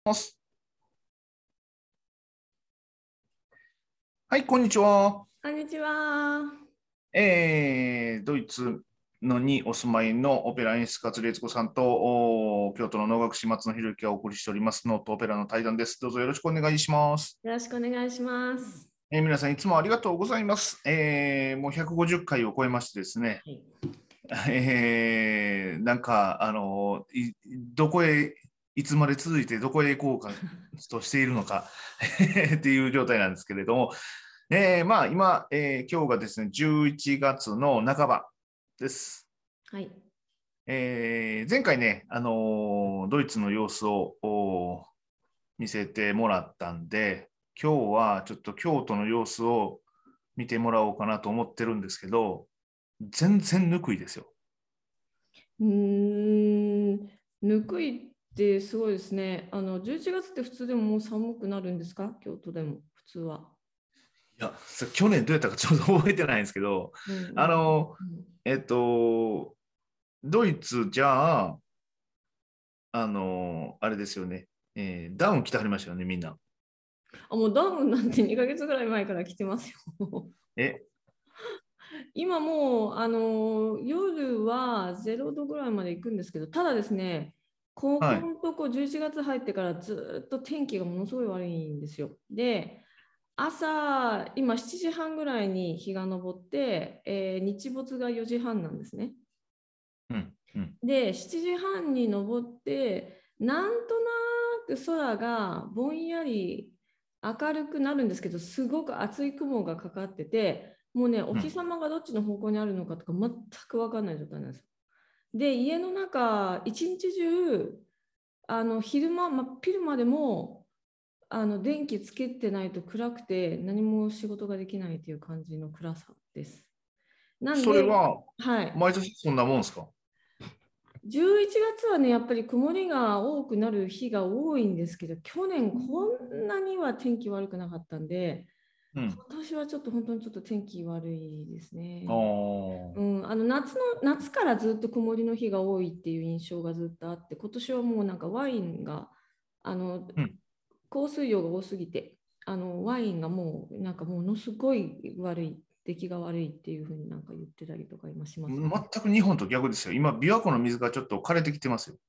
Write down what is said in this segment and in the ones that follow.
ます。はい、こんにちは。 こんにちは。 ドイツのにお住まいのオペラ演出家、鶴悦子さんと、京都の能楽師松野博之がお送りしておりますノートオペラの対談です。どうぞよろしくお願いします。 よろしくお願いします。 皆さんいつもありがとうございます。もう150回を超えましてですね、 はい。 なんか、どこへ、いつまで続いてどこへ行こうかとしているのかっていう状態なんですけれども、まあ今、今日がですね、11月の半ばです。 はい。 前回ね、ドイツの様子を見せてもらったんで、今日はちょっと京都の様子を見てもらおうかなと思ってるんですけど、全然ぬくいですよ。 うーん、ぬくいってすごいですね。11月って普通でももう寒くなるんですか？京都でも普通は。 いや、去年どうやったかちょっと覚えてないんですけど、 うんうあんの、 うん。 えっと、ドイツじゃあ、あれですよね、ダウン着てはりましたよね、みんな。 もうダウンなんて2ヶ月ぐらい前から来てますよ。 え、 今もう夜は0度ぐらいまで行くんですけど、ただですね、こはい。 このとこ11月入ってからずっと天気がものすごい悪いんですよ。で、朝、今7時半ぐらいに日が昇って、日没が4時半なんですね。 うん、うん。 で、7時半に昇って、なんとなく空がぼんやり明るくなるんですけど、すごく厚い雲がかかってて、もうね、お日うん。 様がどっちの方向にあるのかとか全く分かんない状態なんですよ。で、家の中、一日中、昼間、真っ昼間でも、電気つけてないと暗くて何も仕事ができないという感じの暗さです。なんで、 それは、 はい。 毎年そんなもんですか？ 11月はね、やっぱり曇りが多くなる日が多いんですけど、去年こんなには天気悪くなかったんで、 うん。 今年はちょっと本当にちょっと天気悪いですあね。 あ。 夏からずっと曇りの日が多いっていう印象がずっとあって、今年はもうなんかワインが、あの、 うん。 降水量が多すぎて、ワインがもうなんかものすごい悪い、出来が悪いっていうふうになんか言ってたりとか今しますね。 全く日本と逆ですよ。今、琵琶湖の水がちょっと枯れてきてますよ。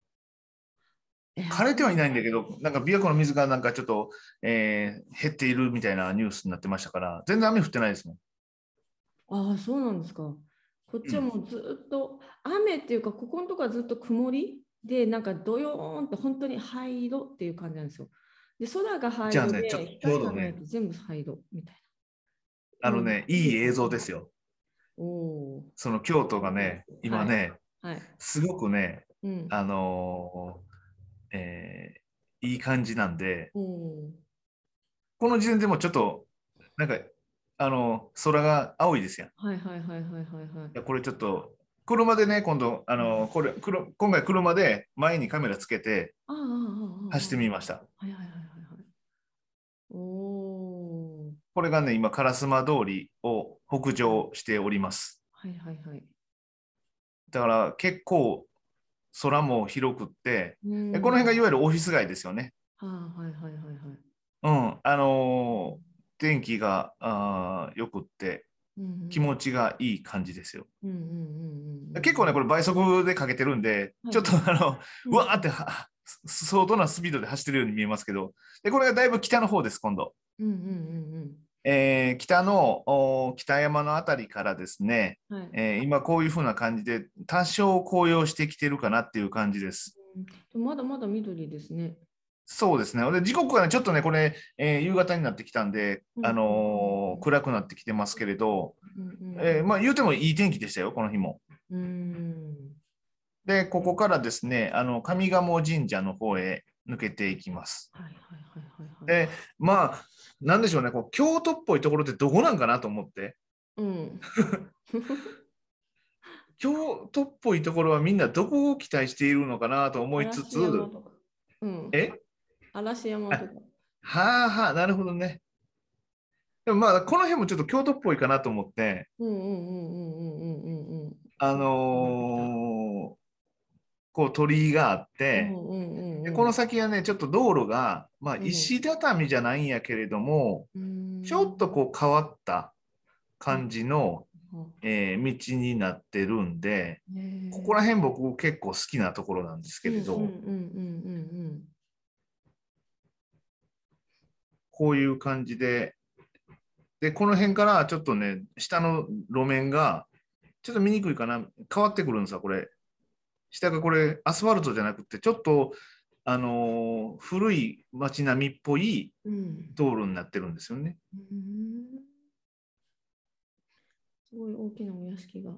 枯れてはいそうなんないんだけど、なんか琵琶湖の水がなんかちょっと、減っているみたいなニュースになってましたから、全然雨降ってないですもん。 そうなんですか。こっうん。 ちはもうずっと雨っていうか、ここのとこはずっと曇りで、なんかドヨーンと本当に灰色っていう感じなんですよ。で、空が灰じゃあね、 色で、 ちょう光がないどね、 と全部灰色みたいな。もういい映像ですよ。 おおその京都がね、 ー、はい、 今ね、 はい。 すごくね、 うん。 あのいい感じなんで、 おお、 この時点でもちょっと、なんか、空が青いですやん。いはいはいはいはいはいはい。 や、これちょっと、車でね、今度、今回車で前にカメラつけてああ、ああ、 走ってああ、 みました。 はいはいはいはいはい。おお、 これがね、今、烏丸通りを北はい上しております。 はいはいはい。 だから結構空も広くって、 うこの辺がいん。 わゆるオフィス街ですよね。 はあ、はいはいはいはい。 うん。天気がよくってうんうん気持ちがいい感じですよ。 うんうんうんうん結構ね、これ倍速でかけてるんで、ちょっとうん。はいはい。うん。 うわーって相当なスピードで走ってるように見えますけど、で、これがだいぶ北の方です、今度。 うんうんうん北の北山のあたりからですね、 うん。はい。 今こういう風な感じで多少紅葉してきてるかなっていう感じです。 うん、でもまだまだ緑ですね。 そうですね。で、時刻がね、ちょっとね、これ、夕方になってきたんで、 うんうん暗くなってきてますけれど、 うんうんまあ言うてもいい天気でしたよ、この日も。 うん。 で、ここからですね、上賀茂神社の方へ抜けていきます。 はいはいはいはいはい。 で、まあ、なんでしょうね、こう京都っぽいところってどこなんかなと思って、 うん。 京都っぽいところはみんなどこを期待しているのかなと思いつつ、 嵐山とか。うん。 え嵐山とあか。 はあはあ、なるほどね。でもまあ、この辺もちょっと京都っぽいかなと思って、 うんうんうんうんうんうんうんうん。 あの思いました。 こう鳥居があっうて、 んうんうんでうん。 この先はね、ちょっと道路が、まあ、 うん石畳じゃないんやけれども、 うーちょっとん。 こう変わったは感じの、 は道になってるんで、 へえ。 ここら辺僕結構好きなところなんですうんうんうんうんけれど、 うんこういう感じで、で、この辺からちょっとね、下の路面が、ちょっと見にくいかな、変わってくるんですよ、これ。下がこれ、アスファルトじゃなくて、ちょっと、古い街並みっぽいうん。 道路になってるんですよね。 うん。すごい大きなお屋敷が。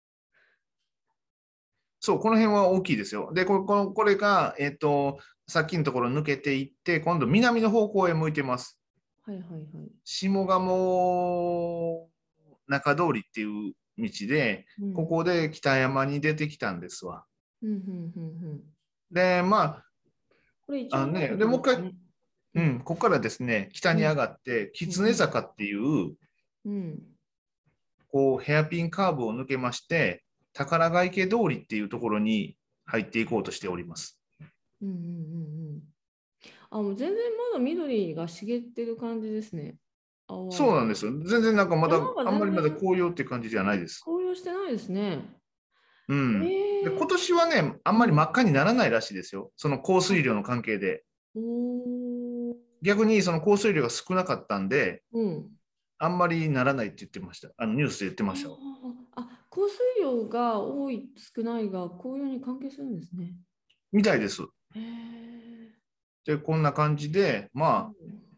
そう、この辺は大きいですよ。で、これが、さっきのところ抜けていって、今度南の方向へ向いてます。 はいはいはい。 下鴨中通りっていう道で、こうん。 こで北山に出てきたんですわ。 うんうんうんうん。 で、まこれ一あ、 応大で、 仏もう一回、 ですね。うん。 ここからですね、北に上うんがって、狐うん坂っていう、 うん。 こう、ヘアピンカーブを抜けまして、宝ヶ池通りっていうところに入っていこうとしております。 うんうんうんうん。あ、もう全然まだ緑が茂ってる感じですね。青々。 そうなんですよ。全然なんかまだ、 山があんまりまだ全然紅葉っていう感じじゃないです。 紅葉してないですね。 うん。で、 ええ今年はね、あんうん。 まり真っ赤にならないらしいですよ。その降水量のあ、 関係で。 おー。 逆にその降水量が少なかったんで、 うん。 あんまりならないって言ってました。ニュースで言ってましたわ。 降水量が多い、少ないが紅葉に関係するんですね。 みたいです。 へえ。 で、こんな感じで、まあ、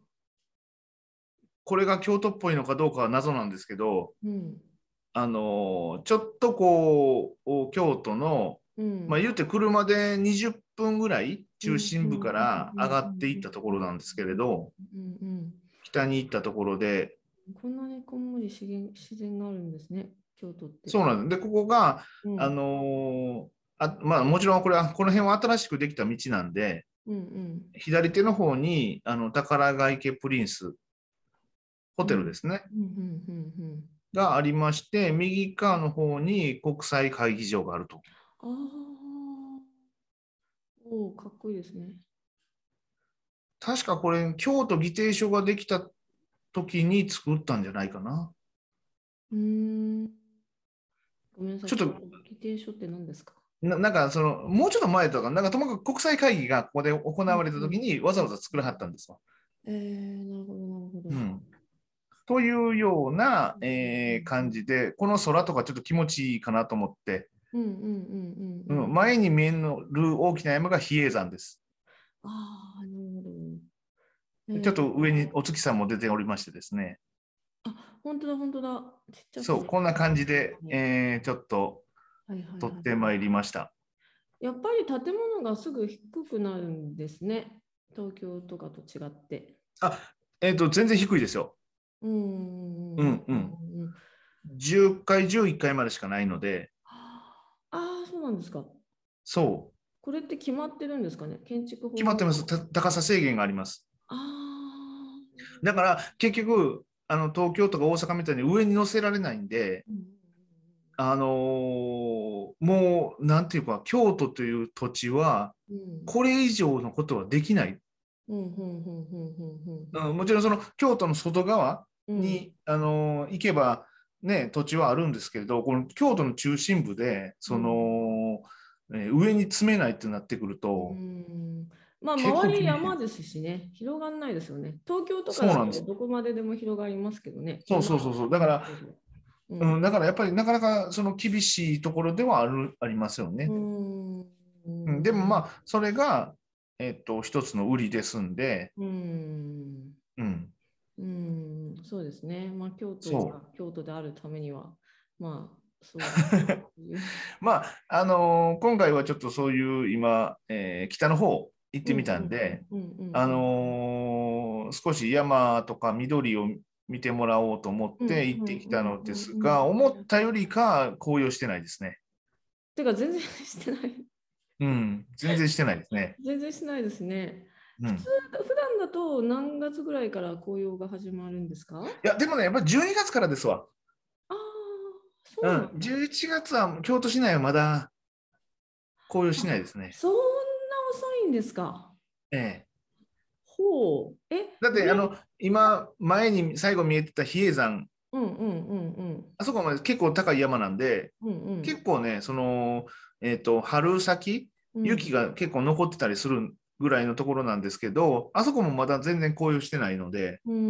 これが京都っぽいのかどうかは謎なんですけど、 うん。 ちょっとこう、京都の、まあ、 うん。 言うて車で20分ぐらいうん。うん。 中心部かうん。 ら上がっていったとこうん。 ろなんですけれど、 うん。うん。 北に行ったところで、 こんなにこんもり自然があるんですね、京都って。 そうなんです。で、ここが、あうん。 のまあ、もちろんこれは、この辺は新しくできた道なんで、 うん。 左手の方に、宝ヶ池プリンスホうん。うん。 テルですね、 うん。うん。うん。 がありまして、右側の方に国際会議場があると。 ああ。おお、かっこいいですね。 確かこれ、京都議定書ができた時に作ったんじゃないかな。 うーん。ごめんなさい、 ちょっと、 ちょっと議定書って何ですか？ なんかもうちょっと前とか、なんかともかく国際会議がここで行うんわれた時にわざわざ作らはったんですわ。 なるほど、なるほど。 うん。というような、感じで、この空とかちょっと気持ちいいかなと思って、 うんうんうんうんうんうん。 前に見える大きな山が比叡山です。 ああ、なるほど。 ちょっと上にー、 お月さんも出ておりましてですね。 あ、本当だ、本当だ。ちっちゃくそう、 できこんなてます感じで、 ね。 ちょっとはいはいはい。 撮ってまいりました。 やっぱり建物がすぐ低くなるんですね。東京とかと違って。 あ、全然低いですよ。 うんうんうんうんうん。 うんうん。 10階、11階までしかないので、 ああ、そうなんですか。 そう、 これって決まってるんですかね。建築法が。 決まってます。高さ制限があります。 ああ、 だから結局、東京とか大阪みたいに上に乗せられないんで、 うんもう、なんていうか、京都という土地は、 うんこれ以上のことはできない。 うんうんうんうんうんうんもちろん、その京都の外側うんに、行けば、ね、土地はあるんですけれど、この京都の中心部で、 うん上に詰めないってなってくるうと、 ん。まあ、 結構周り厳しい。 山ですしね、広がんないですよね。東京とかだそうなんです。 とどこまででも広がりますけどね、 そう山がそうそうそう。だあから、 る程度。ううん、 ん。 だからやっぱりなかなかその厳しいところではありますようね。 ん。ううん、でもまん。 あ、それが、一つの売りですんで、 うん。 うん、 うん、そうですね。まあ、京都そう。 が京都であるためには、まあ、そうだという。 まあ、今回はちょっとそういう今、北の方行っうんてみたうんうんんで、 うんうん少し山とか緑を見てもらおうと思っうんて行ってうんうきたのでんうんうんすが、思っうん。 たよりか紅葉してないですね。 てか、全然してない。 うん、全然してないですね。 全然しないですね。普通、 うん。 普段だと何月ぐらいから紅葉が始まるんですか？ いや、でもね、やっぱり12月からですわ。 ああ、そうん、 うなんだ。 11月は京都市内はまだ、 紅葉しないですね。 そんな遅いんですか。 ええ。 ほう。 だって、今、前に最後見えてた比叡山、 うんうんうんうんあそこまで結構高い山なんで、 うんうん結構ね、春先、 うん雪が結構残ってたりするぐらいのところなんですけど、あそこもまだ全然紅葉してないので、 うん。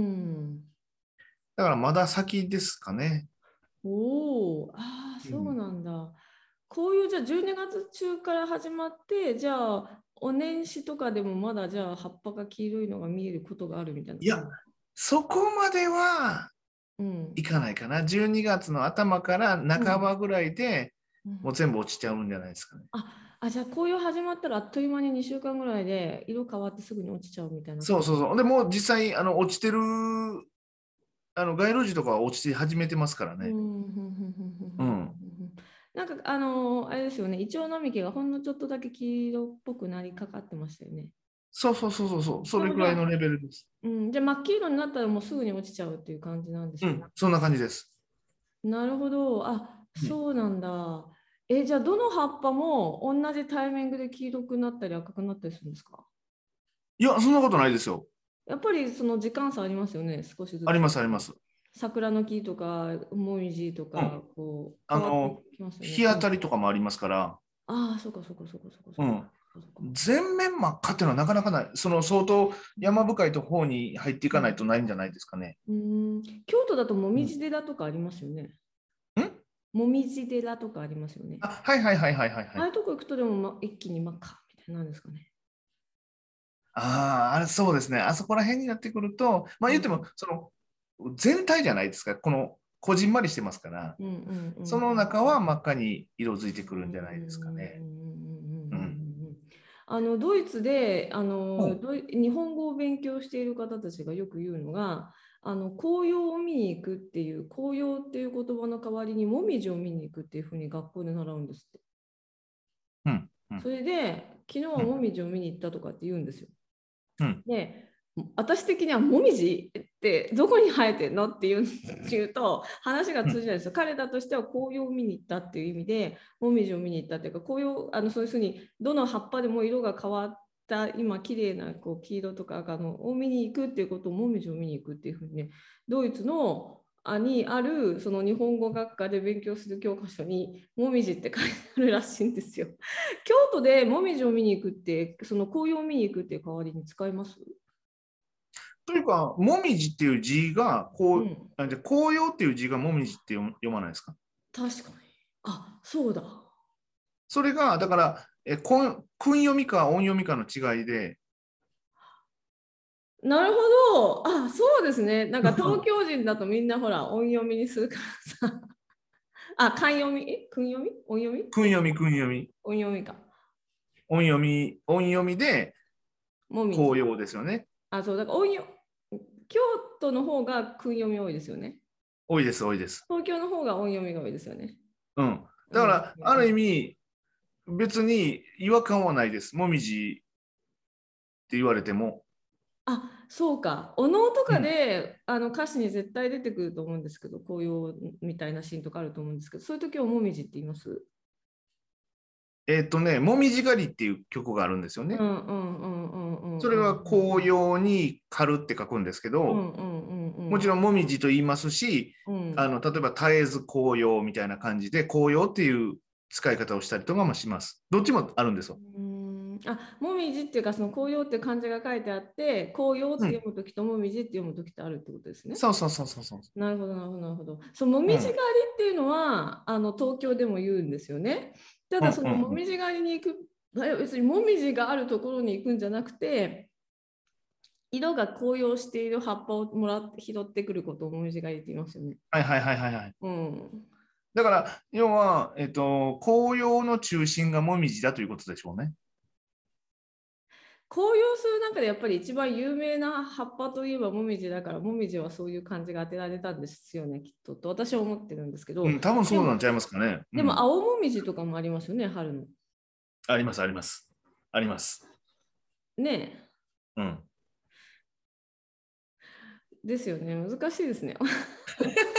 だからまだ先ですかね。 おお、ああ、そううん、 なんだ。こういうじゃあ12月中から始まって、じゃあお年始とかでもまだじゃあ葉っぱが黄色いのが見えることがあるみたいないや、 感じ。 そこまではうん。 いかないかな。12月の頭からうん。 半ばぐらいでうん。 もう全部落ちちゃうんじゃないですかね。 じゃあ紅葉始まったらあっという間に2週間ぐらいで色変わってすぐに落ちちゃうみたいな感じ。 そうそうそう。でもう実際、落ちてる、街路樹とかは落ちて始めてますからね。 うん。ふんふんふんふんふんふんうん。 ふん。なんかあれですよね、イチョウ並木がほんのちょっとだけ黄色っぽくなりかかってましたよね。 そうそうそうそうそう。そでもじゃあ、 れくらいのレベルです。 うん、じゃあ真っ黄色になったらもうすぐに落ちちゃうっていう感じなんですね。 うん。そんな感じです。 なるほど。 うん。 そうなんだ。じゃあどの葉っぱも同じタイミングで黄色くなったり赤くなったりするんですか？ いや、そんなことないですよ。 やっぱりその時間差ありますよね、少しずつ。 あります、あります。 桜の木とか、もみじとうん。 か、こう、変わってきますよね。 日当たりとかもありますから、 そうか、そうか、そうか、そうか、そうか。 うん。 そうか。 全面真っ赤っていうのはなかなかない。相当山深いところに入っていかないとないんじゃないですかね。 うん、京都だともみうんじ寺とかありますよね。 んもみじ寺とかありますよね。 はいはいはいはいはいはい。 ああいうとこ行くとでも、一気に真っ赤みたいなんですかね。 ああ、あれそうですね。あそこら辺になってくると、まあうん言っても、全体じゃないですか。こじんまりしてますから、 うんうんうんそのうん中は真っ赤に色づいてくるんじゃうんうんないですかね。 うんうん。 うんうん。ドイツでうん。 日本語を勉強している方たちがよく言うのが、紅葉を見に行くっていう、紅葉っていう言葉の代わりにもみじを見に行くっていうふうに学校で習うんですって。 うん。うん。 それで昨日はうん。 もみじを見に行ったとかって言うんですよ。 うん。 で、私的にはもみじってどこに生えてんのっていうと話が通じないですよ。彼らとしては紅葉を見に行ったっていう意味でもみじを見に行ったっていうか、紅葉そういうふうにどの葉っぱでも色が変わった今綺麗なこう黄色とか赤のを見に行くっていうことをもみじを見に行くっていうふうにね、ドイツのにあるその日本語学科で勉強する教科書にもみじって書いてあるらしいんですよ。京都でもみじを見に行くって、その紅葉を見に行くっていう代わりに使います？ というか、もみじっていう字が、 うん紅葉っていう字がもみじって読まないですか？ 確かに。そうだ。 それが、だから、訓読みか音読みかの違いで、 なるほど。そうですね。なんか東京人だとみんなほら、音読みにするからさ。漢読み訓読み音読み訓読み、 音読みか。 音読みでもみじ。 紅葉ですよね。 そう、だから音読京都の方が訓読み多いですよね。 多いです、多いです。 東京の方が音読みが多いですよね。 うん。 うん。 だから、ある意味、別に違和感はないです。もみじって言われても。 そうか。お能とかうん。 で歌詞に絶対出てくると思うんですけど、紅葉みたいなシーンとかあると思うんですけど、そういう時はもみじって言います？ もみじ狩りっていう曲があるんですよね。 うんうんうんうんうんそれはうん紅葉に狩るって書くんですけど、 うんうんうんうんもちろんもみじと言いますし、 うん例えば絶えず紅葉みたいな感じで、紅葉っていう使い方をしたりとかもします。どっちもあるんですよ。 もみじっていうか、その紅葉っていう漢字が書いてあって、紅葉っうん。 て読むときともみじって読むときってあるってことですね。 そうそうそうそうそう。 なるほど、なるほど、なるほど。そう、もみじ狩りうん。 っていうのは、東京でも言うんですよね。ただ、 うんそのもうんうん。 みじ狩りに行く、別にもみじがあるところに行くんじゃなくて、色が紅葉している葉っぱを拾ってくることをもみじ狩りって言いますよね。 はいはいはいはいはい。 うん。 だから、要は、紅葉の中心がもみじだということでしょうね。 紅葉する中でやっぱり一番有名な葉っぱといえばもみじだから、もみじはそういう感じが当てられたんですよね、きっとと私は思ってるんですけど、 うん、多分でも、 そうなんちゃいますかね。うん。 青もみじとかもありますよね、春の。 あります、あります。あります。 ねうん。 ですよね、難しいですね。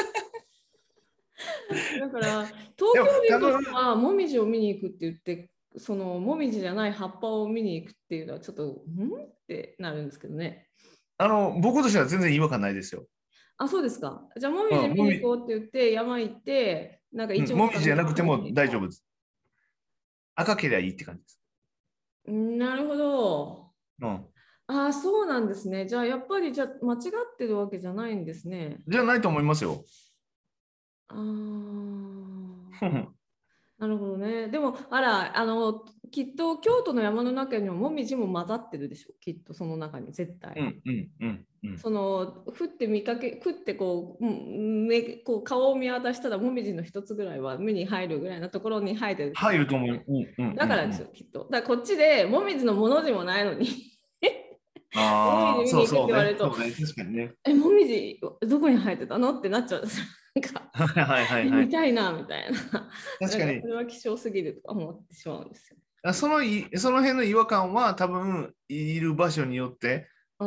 だから、東でも、 京人と多分、 しては、もみじを見に行くって言って、 そのもみじじゃない葉っぱを見に行くっていうのはちょっとってなるんですけどね。 僕としては全然違和感ないですよ。 あ、そうですか。じゃあもみうん、 じ見に行こうって言って山行ってなんかイチョウもみじじゃとか見てなくても食べて。 大丈夫です。赤ければいいって感じです。 なるほど。 うん。 ああ、そうなんですね。じゃあやっぱりじゃあ間違ってるわけじゃないんですね。 じゃないと思いますよ。 ああ。なるほどね。でも、あら、きっと京都の山の中にももみじも混ざってるでしょ。きっとその中に絶対。 うんうんうんうん。 その、ふってこう、こう顔を見渡したらもみじの一つぐらいは目に入るぐらいのところに生えてるってこと。 入ると思う。うんうんうんうん。 だからですよ、きっと。だからこっちでもみじのもの字もないのにもみじああ、 見に行くってそうそうね。 言われると、 そうね。確かにね。 もみじどこに生えてたのってなっちゃうんですよ。なんか、 はいはいはいはい。 見たいなみたいな。なんかそ確かに、 れは希少すぎるとか思ってしまうんですよ。 その辺の違和感は多分いる場所によって、 うん。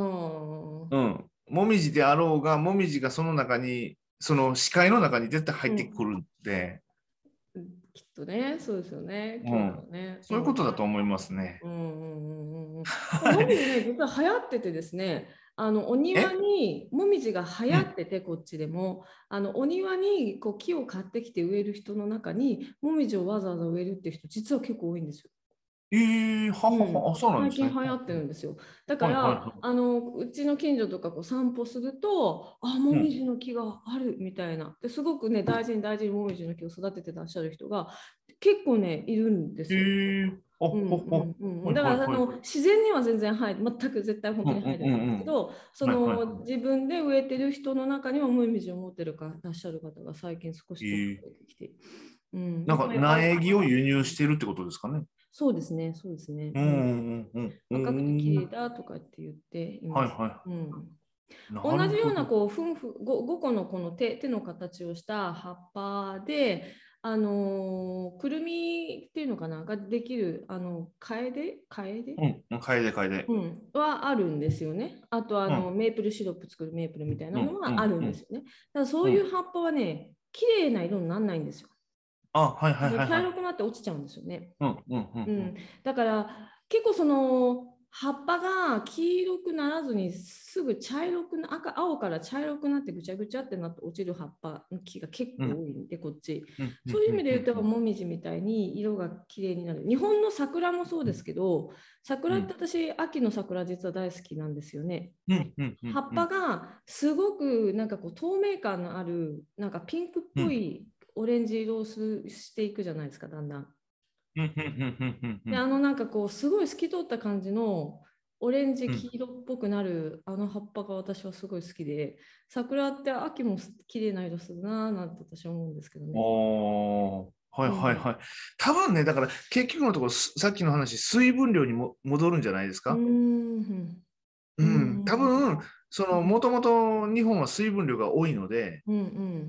うん、もみじであろうが、もみじがその中に、その視界の中に絶対入うん。 ってくるんで、 きっとね、そうですよね、京都うん、 はね。 そういうことだと思いますね。 うんうんうんうんうん。もみじね、実は流行っててですね、お庭えにもみじが流うん。 行ってて、こっちでも、お庭にこう木を買ってきて植える人の中に、もみじをわざわざ植えるっていう人、実は結構多いんですよ。 ははは、あ、そうなんですね。 最近流行ってるんですよ。だかはいはいはら、うちの近所とかこう散歩すると、あ、もい。うん。 みじの木があるみたいな。ですごくね、大事に大事にもみじの木を育ててらっしゃる人が結構ね、いるんですよ。うんうほほ。 んうん、 はいだからはいはい。 自然には全然生えて全く絶対本うんうん当に生えてないんですけうんど、そうん。はいはいはの自分で植えてる人の中にはもみじを持ってるからっしゃる方が最近少しい。 ずつ増えてきて、うん、 なんかやっぱり苗木を輸入してるってことですかね。 そうですね、そうですね、 ううん、 んうんうん赤くて綺麗うん。 だとかって言っています。 はいはうん、 い。な同じようなるほど。 こう5個のこの手の形をした葉っぱで、くるみっていうのかなができるカエデうん。楓で楓。 はあるんですよね。あとうんメープルシロップ作るメープルみたいなのうんうはあるんんうんですよね。だからそういううん。 葉っぱはね、綺麗な色にならないんですよ。 あ、はいはいはいはい。 茶色くなって落ちちゃうんですよね。 うんうんうんうん。 うん、だから結構その葉っぱが黄色くならずにすぐ茶色く青から茶色くなってぐちゃぐちゃってなって落ちる葉っぱの木が結うん構多いんでこっち。 うんうんそういう意味で言うとうんうんもみじみたいに色が綺麗になる。日本の桜もそうですけど、桜って私秋の桜実は大好きなんですよね。 うんうんう葉っぱんうんがすごくなんかこう透明感のあるなんかピンクっうんうんぽいオレンジ色をしていくじゃないですか、だんだん。 うんうんうで、 んなんかこう、すごい透き通った感じのオレンジうん。 黄色っぽくなるあの葉っぱが私はすごい好きで、桜って秋も綺麗な色するなぁなんて私は思うんですけどね。 おー、はいうん。 はいはい。多分ね、だから結局のところ、さっきの話、水分量にも戻るんじゃないですうーか。 ん。 ううん、多ん。 分、もともと日本は水分量が多いので、 うん。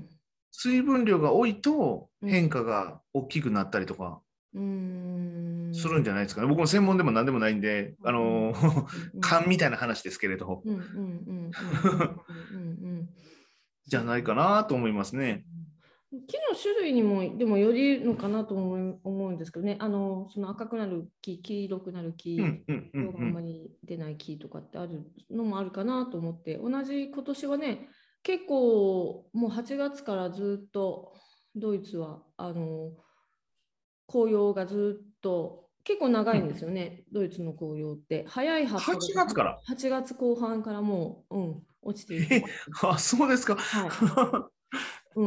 水分量が多いとうん。 変化が大きくなったりとかうん。 するんじゃないですかね。僕も専門でも何でもないんで、 うん。うん。 勘みたいな話ですけれど、 うん。うん。うん。うん。うん。 じゃないかなと思いますね。 木の種類にもでもよりのかなと思うんですけどね、その赤くなる木、黄色くなる木、 うんうんう色があんまんり出ない木とかってあるのもあるかなと思って、同じ今年はね、結構もう8月からずっとドイツは紅葉がずっと結構長いんうん。 ですよね、ドイツの紅葉って。早い葉っぱだ 8 と月から。 8月後半からもう、落ちているとえ、 ころ。 あ、そうですか。 はい。うん。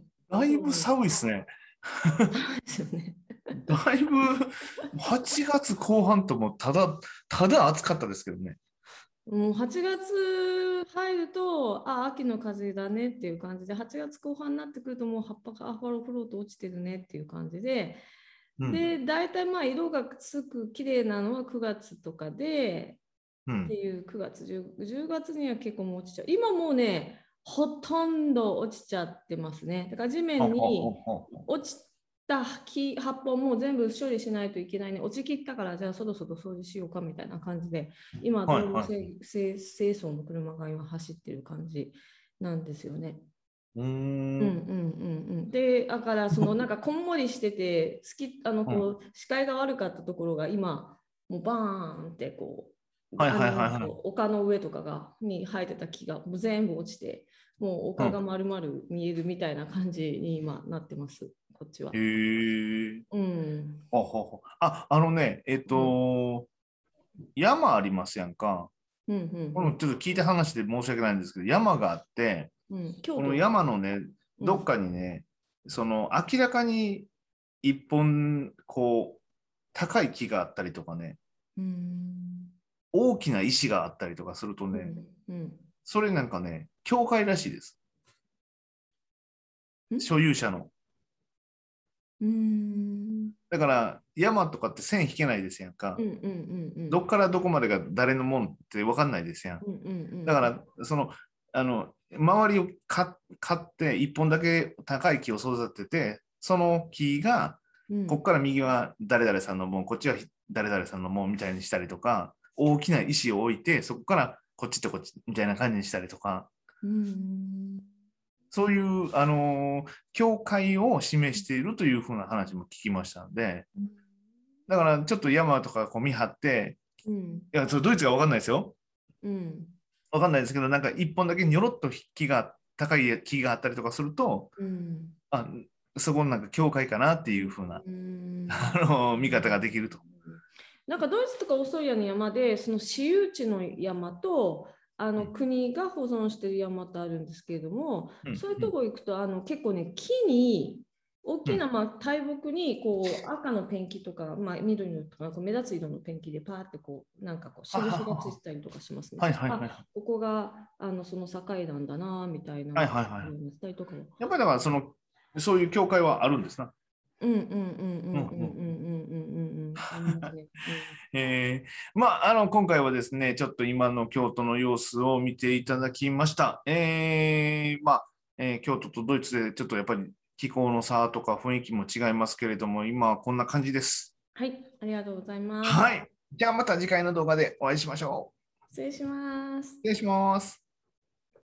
だいぶそうなんです。 寒いですね。 ですよね。 だいぶ8月後半ともただ暑かったですけどね。 もう8月入ると、秋の風だねっていう感じで、8月後半になってくると、もう葉っぱがフローと落ちてるねっていう感じで、 うん。 で、大体まあ色がつく綺麗なのは9月とかで、ってうん。 いう9月、10月には結構もう落ちちゃう。今もうね、ほとんど落ちちゃってますね。だから地はは面にはは。 落ちた葉っぱをもう全部処理しないといけないね。落ちきったからじゃあそろそろ掃除しようかみたいな感じで、今道路はいはい。 清掃の車が今走ってる感じなんですよね。 うーん。 で、だからそのなんかこんもりしててうん。 こう視界が悪かったところが今もうバーンってこうはいはいはいはい。 丘の上とかに生えてた木がもう全部落ちて、もううん。 丘が丸々見えるみたいな感じに今なってます、こっちは。 へえ。 うん。 あのね、 うん。 山ありますやんか。 うん。うこれもん。 ちょっと聞いた話で申し訳ないんですけど、山があって、 うん。京この都。 山のね、どっうん。 かにね、その明らかに一本、こう、高い木があったりとかね、 うん。 大きな石があったりとかするとね、 うん。うん。 それなんかね、教会らしいです。 うん。 所有者の。 うん。 だから山とかって線引けないですやんか。 うん。うん。うん。 どっからどこまでが誰のもんって分かんないですやん。 うん。うん。 だから、周りを買って一本だけ高い木を育てて、その木が、 うん。 ここから右は誰々さんのもん、こっちは誰々さんのもんみたいにしたりとか、大きな石を置いて、そこからこっちとこっちみたいな感じにしたりとか、 うん。 そういう、境界を示しているというふうな話も聞きましたので、だからちょっと山とかこう見張って、 うん。 いや、それドイツが分かんないですよ。 うん。 分かんないですけど、なんか一本だけにょろっと高い木があったりとかすると、 うん。 あ、そこのなんか境界かなっていうふうな、 うん。 見方ができると。 なんかドイツとかオーストリアの山で、その私有地の山とうん国が保存している山ってあるんですけれども、 うんうんそういうとこ行くと結構ね、木に大きな、 うん。 大木にこう赤のペンキとか、緑のとかこう目立つ色のペンキでパーってこうなんかこうはは印がついはてたりとかしますね。 はいそしたらはいはいはいここがその境なんだなみたいなはいはいはい。 たりとかも。 やっぱりだからそういう境界はあるんですな。 うんうんうんうんうんうんうんうんうんうん。 うんうんありますね。うん。 今回はですね、ちょっと今の京都の様子を見ていただきました。京都とドイツでちょっとやっぱり気候の差とか雰囲気も違いますけれども、今はこんな感じです。 はい、ありがとうございます。 はい。じゃあまた次回の動画でお会いしましょう。 失礼します。 失礼します。